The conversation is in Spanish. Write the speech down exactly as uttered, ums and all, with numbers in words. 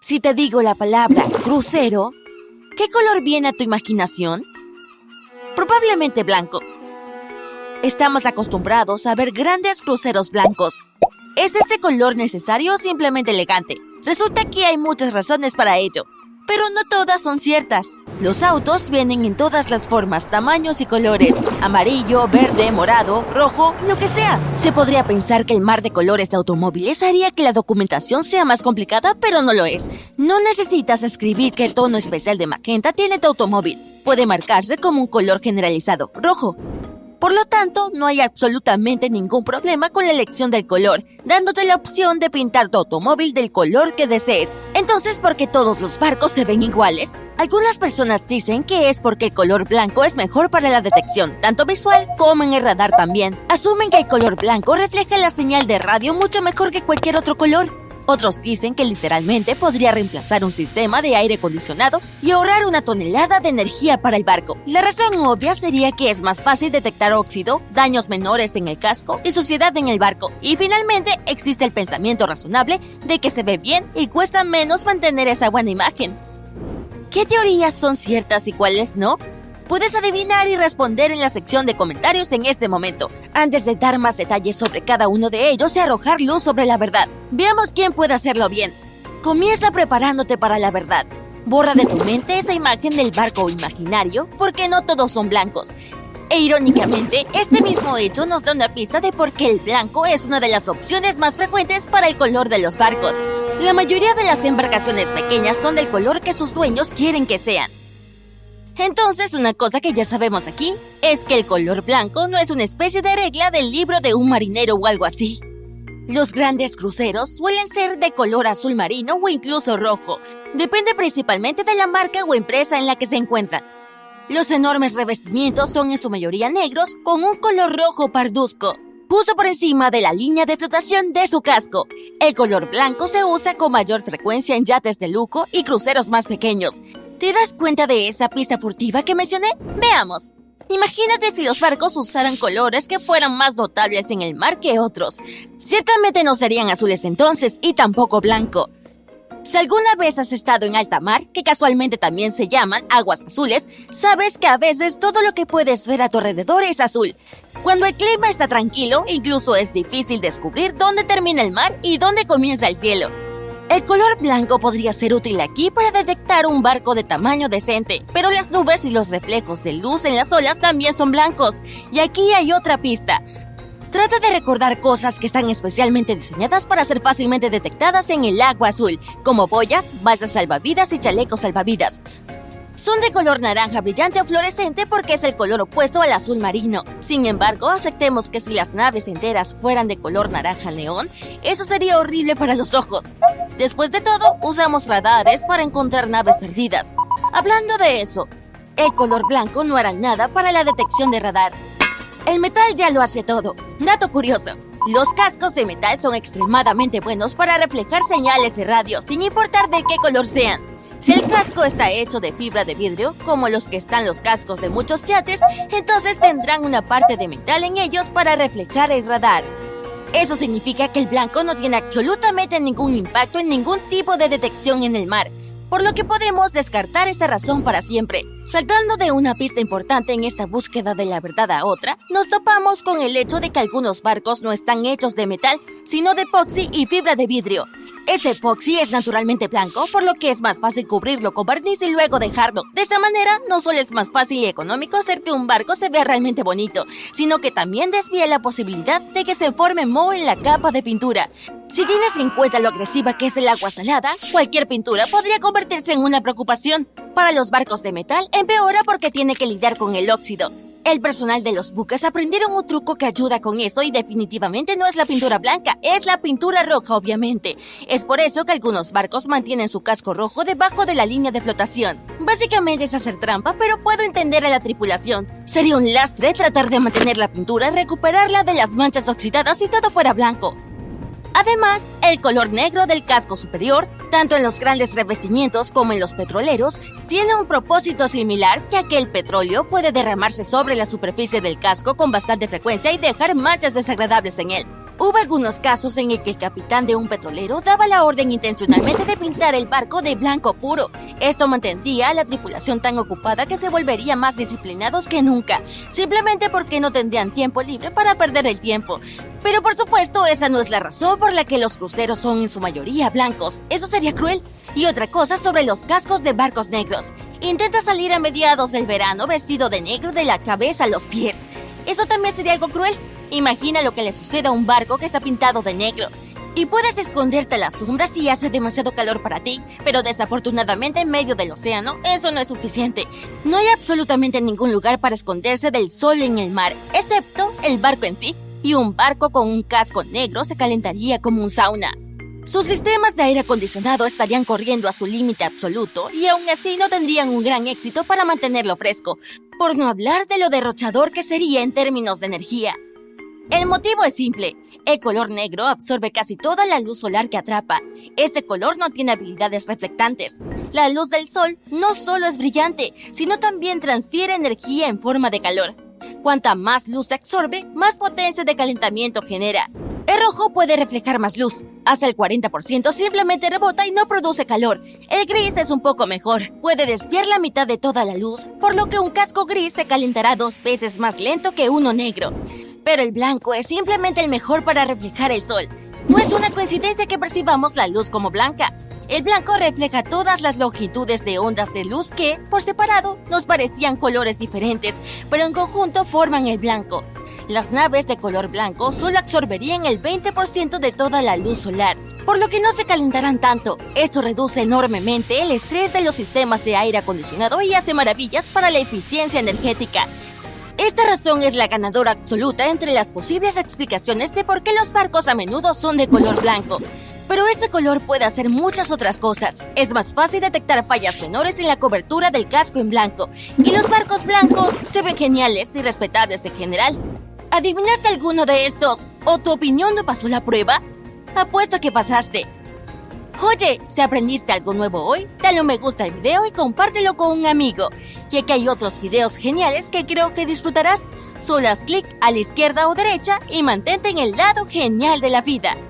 Si te digo la palabra crucero, ¿qué color viene a tu imaginación? Probablemente blanco. Estamos acostumbrados a ver grandes cruceros blancos. ¿Es este color necesario o simplemente elegante? Resulta que hay muchas razones para ello, pero no todas son ciertas. Los autos vienen en todas las formas, tamaños y colores. Amarillo, verde, morado, rojo, lo que sea. Se podría pensar que el mar de colores de automóviles haría que la documentación sea más complicada, pero no lo es. No necesitas escribir qué tono especial de magenta tiene tu automóvil. Puede marcarse como un color generalizado, rojo. Por lo tanto, no hay absolutamente ningún problema con la elección del color, dándote la opción de pintar tu automóvil del color que desees. Entonces, ¿por qué todos los barcos se ven iguales? Algunas personas dicen que es porque el color blanco es mejor para la detección, tanto visual como en el radar también. Asumen que el color blanco refleja la señal de radio mucho mejor que cualquier otro color. Otros dicen que literalmente podría reemplazar un sistema de aire acondicionado y ahorrar una tonelada de energía para el barco. La razón obvia sería que es más fácil detectar óxido, daños menores en el casco y suciedad en el barco. Y finalmente existe el pensamiento razonable de que se ve bien y cuesta menos mantener esa buena imagen. ¿Qué teorías son ciertas y cuáles no? Puedes adivinar y responder en la sección de comentarios en este momento, antes de dar más detalles sobre cada uno de ellos y arrojar luz sobre la verdad. Veamos quién puede hacerlo bien. Comienza preparándote para la verdad. Borra de tu mente esa imagen del barco imaginario, porque no todos son blancos. E irónicamente, este mismo hecho nos da una pista de por qué el blanco es una de las opciones más frecuentes para el color de los barcos. La mayoría de las embarcaciones pequeñas son del color que sus dueños quieren que sean. Entonces, una cosa que ya sabemos aquí es que el color blanco no es una especie de regla del libro de un marinero o algo así. Los grandes cruceros suelen ser de color azul marino o incluso rojo. Depende principalmente de la marca o empresa en la que se encuentran. Los enormes revestimientos son en su mayoría negros con un color rojo parduzco, justo por encima de la línea de flotación de su casco. El color blanco se usa con mayor frecuencia en yates de lujo y cruceros más pequeños. ¿Te das cuenta de esa pista furtiva que mencioné? Veamos. Imagínate si los barcos usaran colores que fueran más notables en el mar que otros. Ciertamente no serían azules entonces, y tampoco blanco. Si alguna vez has estado en alta mar, que casualmente también se llaman aguas azules, sabes que a veces todo lo que puedes ver a tu alrededor es azul. Cuando el clima está tranquilo, incluso es difícil descubrir dónde termina el mar y dónde comienza el cielo. El color blanco podría ser útil aquí para detectar un barco de tamaño decente, pero las nubes y los reflejos de luz en las olas también son blancos. Y aquí hay otra pista. Trata de recordar cosas que están especialmente diseñadas para ser fácilmente detectadas en el agua azul, como boyas, balsas salvavidas y chalecos salvavidas. Son de color naranja brillante o fluorescente porque es el color opuesto al azul marino. Sin embargo, aceptemos que si las naves enteras fueran de color naranja neón, eso sería horrible para los ojos. Después de todo, usamos radares para encontrar naves perdidas. Hablando de eso, el color blanco no hará nada para la detección de radar. El metal ya lo hace todo. Dato curioso. Los cascos de metal son extremadamente buenos para reflejar señales de radio, sin importar de qué color sean. Si el casco está hecho de fibra de vidrio, como los que están los cascos de muchos yates, entonces tendrán una parte de metal en ellos para reflejar el radar. Eso significa que el blanco no tiene absolutamente ningún impacto en ningún tipo de detección en el mar, por lo que podemos descartar esta razón para siempre. Saltando de una pista importante en esta búsqueda de la verdad a otra, nos topamos con el hecho de que algunos barcos no están hechos de metal, sino de epoxi y fibra de vidrio. Este epoxi es naturalmente blanco, por lo que es más fácil cubrirlo con barniz y luego dejarlo. De esta manera, no solo es más fácil y económico hacer que un barco se vea realmente bonito, sino que también desvía la posibilidad de que se forme moho en la capa de pintura. Si tienes en cuenta lo agresiva que es el agua salada, cualquier pintura podría convertirse en una preocupación. Para los barcos de metal, empeora porque tiene que lidiar con el óxido. El personal de los buques aprendieron un truco que ayuda con eso y definitivamente no es la pintura blanca, es la pintura roja, obviamente. Es por eso que algunos barcos mantienen su casco rojo debajo de la línea de flotación. Básicamente es hacer trampa, pero puedo entender a la tripulación. Sería un lastre tratar de mantener la pintura, recuperarla de las manchas oxidadas si todo fuera blanco. Además, el color negro del casco superior, tanto en los grandes revestimientos como en los petroleros, tiene un propósito similar, ya que el petróleo puede derramarse sobre la superficie del casco con bastante frecuencia y dejar manchas desagradables en él. Hubo algunos casos en el que el capitán de un petrolero daba la orden intencionalmente de pintar el barco de blanco puro. Esto mantendría a la tripulación tan ocupada que se volvería más disciplinados que nunca, simplemente porque no tendrían tiempo libre para perder el tiempo. Pero por supuesto, esa no es la razón por la que los cruceros son en su mayoría blancos. Eso sería cruel. Y otra cosa sobre los cascos de barcos negros. Intenta salir a mediados del verano vestido de negro de la cabeza a los pies. Eso también sería algo cruel. Imagina lo que le sucede a un barco que está pintado de negro. Y puedes esconderte a la sombra si hace demasiado calor para ti, pero desafortunadamente en medio del océano eso no es suficiente. No hay absolutamente ningún lugar para esconderse del sol en el mar, excepto el barco en sí. Y un barco con un casco negro se calentaría como un sauna. Sus sistemas de aire acondicionado estarían corriendo a su límite absoluto y aún así no tendrían un gran éxito para mantenerlo fresco, por no hablar de lo derrochador que sería en términos de energía. El motivo es simple. El color negro absorbe casi toda la luz solar que atrapa. Este color no tiene habilidades reflectantes. La luz del sol no solo es brillante, sino también transfiere energía en forma de calor. Cuanta más luz se absorbe, más potencia de calentamiento genera. El rojo puede reflejar más luz. Hasta el cuarenta por ciento simplemente rebota y no produce calor. El gris es un poco mejor. Puede desviar la mitad de toda la luz, por lo que un casco gris se calentará dos veces más lento que uno negro. Pero el blanco es simplemente el mejor para reflejar el sol. No es una coincidencia que percibamos la luz como blanca. El blanco refleja todas las longitudes de ondas de luz que, por separado, nos parecían colores diferentes, pero en conjunto forman el blanco. Las naves de color blanco solo absorberían el veinte por ciento de toda la luz solar, por lo que no se calentarán tanto. Esto reduce enormemente el estrés de los sistemas de aire acondicionado y hace maravillas para la eficiencia energética. Esta razón es la ganadora absoluta entre las posibles explicaciones de por qué los barcos a menudo son de color blanco. Pero este color puede hacer muchas otras cosas. Es más fácil detectar fallas menores en la cobertura del casco en blanco, y los barcos blancos se ven geniales y respetables en general. ¿Adivinaste alguno de estos? ¿O tu opinión no pasó la prueba? Apuesto que pasaste. Oye, si aprendiste algo nuevo hoy, dale un me gusta al video y compártelo con un amigo. Y aquí hay otros videos geniales que creo que disfrutarás. Solo haz clic a la izquierda o derecha y mantente en el lado genial de la vida.